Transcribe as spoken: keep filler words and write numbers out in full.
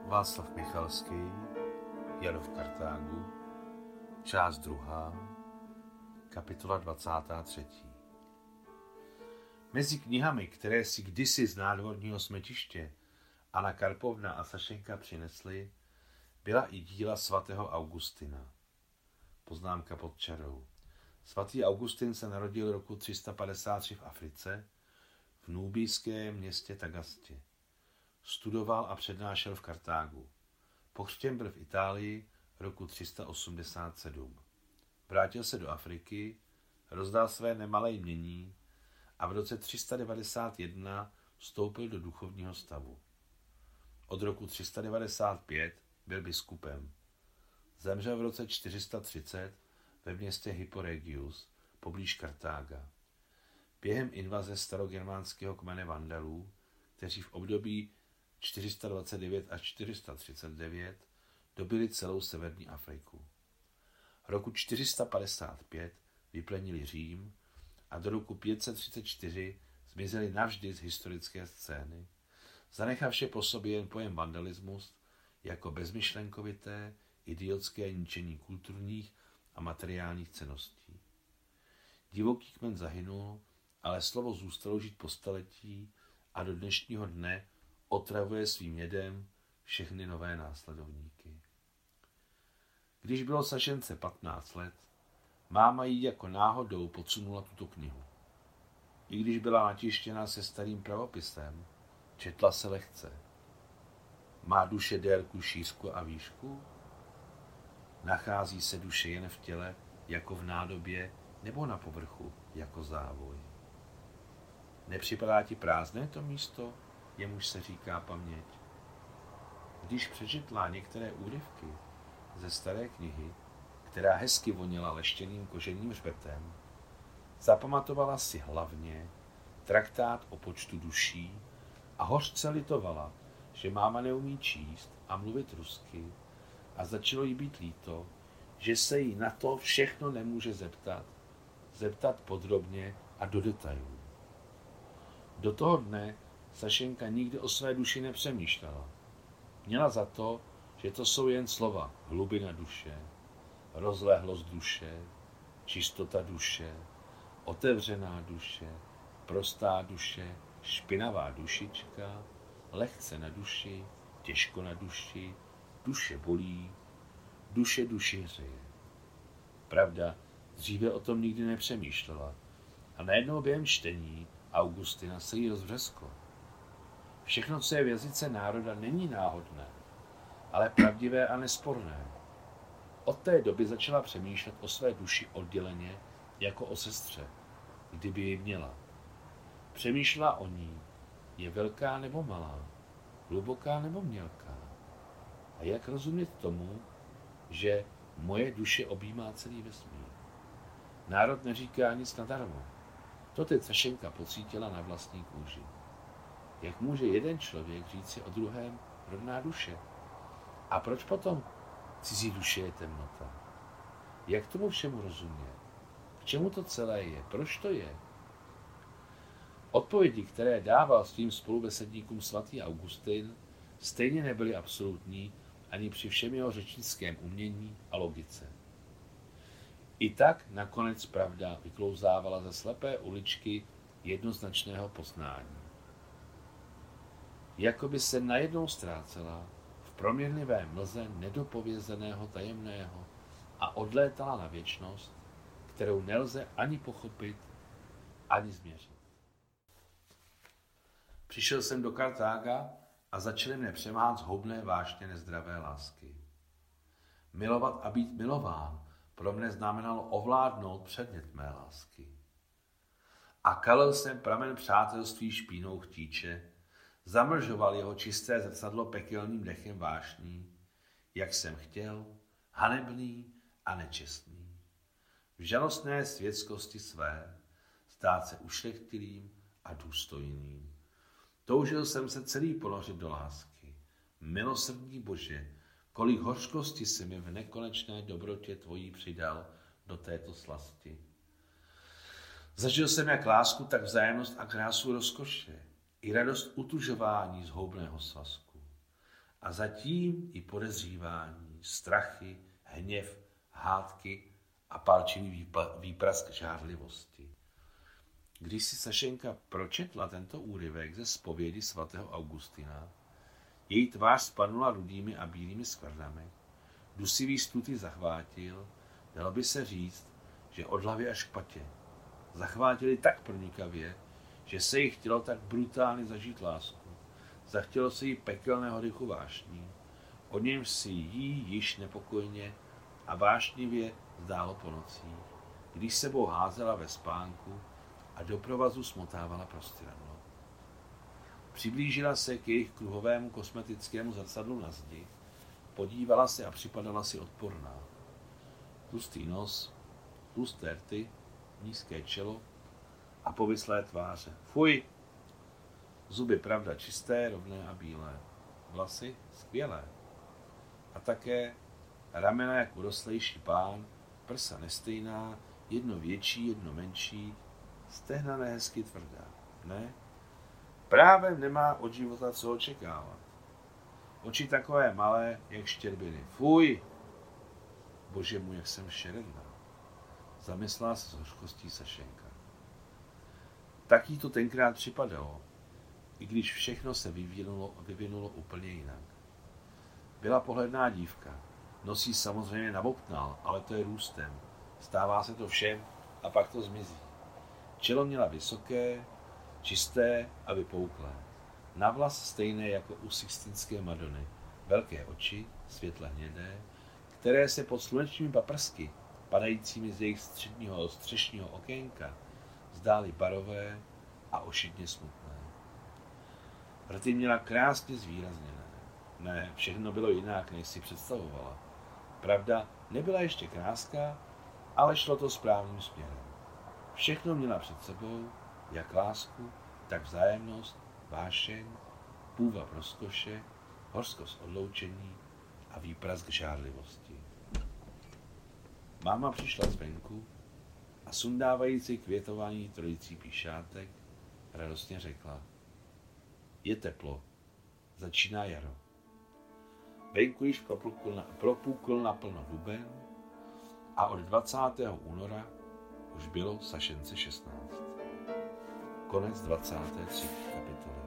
Václav Michalský, Jaro v Kartágu, část druhá, kapitola dvacátá třetí. Mezi knihami, které si kdysi z nádvorního smetiště Anna Karpovna a Sašenka přinesli, byla i díla svatého Augustina. Poznámka pod čarou. Svatý Augustin se narodil roku tři sta padesát tři v Africe, v núbijském městě Tagastě. Studoval a přednášel v Kartágu. Pohřtěn byl v Itálii roku tři sta osmdesát sedm. Vrátil se do Afriky, rozdal své nemalé jmění a v roce tři sta devadesát jedna vstoupil do duchovního stavu. Od roku tři sta devadesát pět byl biskupem. Zemřel v roce čtyři sta třicet ve městě Hyporegius poblíž Kartága. Během invaze starogermánského kmene Vandalů, kteří v období čtyři sta dvacet devět až čtyři sta třicet devět dobyli celou severní Afriku. Roku čtyři sta padesát pět vyplenili Řím a do roku pět set třicet čtyři zmizeli navždy z historické scény, zanechavši po sobě jen pojem vandalismus jako bezmyšlenkovité, idiotské ničení kulturních a materiálních cenností. Divoký kmen zahynul, ale slovo zůstalo žít po staletí a do dnešního dne otravuje svým jedem všechny nové následovníky. Když bylo Sašence patnáct let, máma jí jako náhodou podsunula tuto knihu. I když byla natištěna se starým pravopisem, četla se lehce. Má duše délku, šířku a výšku? Nachází se duše jen v těle, jako v nádobě, nebo na povrchu, jako závoj? Nepřipadá ti prázdné to místo, jemuž se říká paměť? Když přečetla některé úryvky ze staré knihy, která hezky voněla leštěným koženým hřbetem, zapamatovala si hlavně traktát o počtu duší a hořce litovala, že máma neumí číst a mluvit rusky, a začalo jí být líto, že se jí na to všechno nemůže zeptat, zeptat podrobně a do detailů. Do toho dne Sašenka nikdy o své duši nepřemýšlela. Měla za to, že to jsou jen slova hlubina duše, rozlehlost duše, čistota duše, otevřená duše, prostá duše, špinavá dušička, lehce na duši, těžko na duši, duše bolí, duše duši hřeje. Pravda, dříve o tom nikdy nepřemýšlela a najednou během čtení Augustina se jí rozvřesklo. Všechno, co je v jazyce národa, není náhodné, ale pravdivé a nesporné. Od té doby začala přemýšlet o své duši odděleně, jako o sestře, kdyby ji měla. Přemýšlela o ní, je velká nebo malá, hluboká nebo mělká. A jak rozumět tomu, že moje duše objímá celý vesmír? Národ neříká nic nadarmo. To teď Sašenka pocítila na vlastní kůži. Jak může jeden člověk říct si o druhém rodná duše? A proč potom cizí duše je temnota? Jak tomu všemu rozumět? K čemu to celé je? Proč to je? Odpovědi, které dával svým spolubesedníkům svatý Augustin, stejně nebyly absolutní ani při všem jeho řečnickém umění a logice. I tak nakonec pravda vyklouzávala ze slepé uličky jednoznačného poznání. Jakoby se najednou ztrácela v proměnlivé mlze nedopovězeného tajemného a odlétala na věčnost, kterou nelze ani pochopit, ani změřit. Přišel jsem do Kartága a začaly mne přemáhat zhoubné vášně nezdravé lásky. Milovat a být milován pro mne znamenalo ovládnout předmět mé lásky. A kalil jsem pramen přátelství špínou chtíče, zamlžoval jeho čisté zrcadlo pekelným dechem vášní, jak jsem chtěl, hanebný a nečestný. V žalostné světskosti své stát se ušlechtilým a důstojným. Toužil jsem se celý ponořit do lásky. Milosrdný Bože, kolik hořkosti si mi v nekonečné dobrotě tvojí přidal do této slasti. Zažil jsem jak lásku, tak vzájemnost a krásu rozkoše, i radost utužování zhoubného svazku. a zatím i podezřívání, strachy, hněv, hádky a palčivý výprask žárlivosti. Když si Sašenka pročetla tento úryvek ze zpovědi svatého Augustina, její tvář spadnula rudými a bílými skvrnami, dusivý stud ji zachvátil, dalo by se říct, že od hlavy až k patě. Zachvátili tak pronikavě, že se jí chtělo tak brutálně zažít lásku. Zachtělo se jí pekelného dychu vášní, o němž si jí již nepokojně a vášnivě zdálo po nocích, když sebou házela ve spánku a do provazu smotávala prostěradlo. Přiblížila se k jejich kruhovému kosmetickému zrcadlu na zdi, podívala se a připadala si odporná. Tlustý nos, tlusté rty, nízké čelo a povislé tváře. Fuj! Zuby pravda čisté, rovné a bílé. Vlasy skvělé. A také ramena jak urostlejší pán, prsa nestejná, jedno větší, jedno menší, stehna nehezky tvrdá. Ne? Právem nemá od života co očekávat. Oči takové malé, jak štěrbiny. Fuj! Bože můj, jak jsem šeredná. Zamyslela se s hořkostí Sašenka. Tak jí to tenkrát připadalo, i když všechno se vyvinulo, vyvinulo úplně jinak. Byla pohledná dívka. Nosí samozřejmě nabobtnal, ale to je růstem. Stává se to všem a pak to zmizí. Čelo měla vysoké, čisté a vypouklé. Na vlas stejné jako u Sixtinské Madony. Velké oči, světle hnědé, které se pod slunečními paprsky, padajícími z jejich středního střešního okénka, zdály barové a ošidně smutné. Rty měla krásně zvýrazněné. Ne, všechno bylo jinak, než si představovala. Pravda, nebyla ještě kráská, ale šlo to správným směrem. Všechno měla před sebou, jak lásku, tak vzájemnost, vášeň, půvab rozkoše, hořkost odloučení a výprask žárlivosti. Máma přišla zvenku a sundávající květování trojicí píšátek radostně řekla: je teplo, začíná jaro. Venku již propukl, na, propukl naplno duben a od dvacátého února už bylo Sašence šestnáct. Konec dvacáté třetí kapitoly.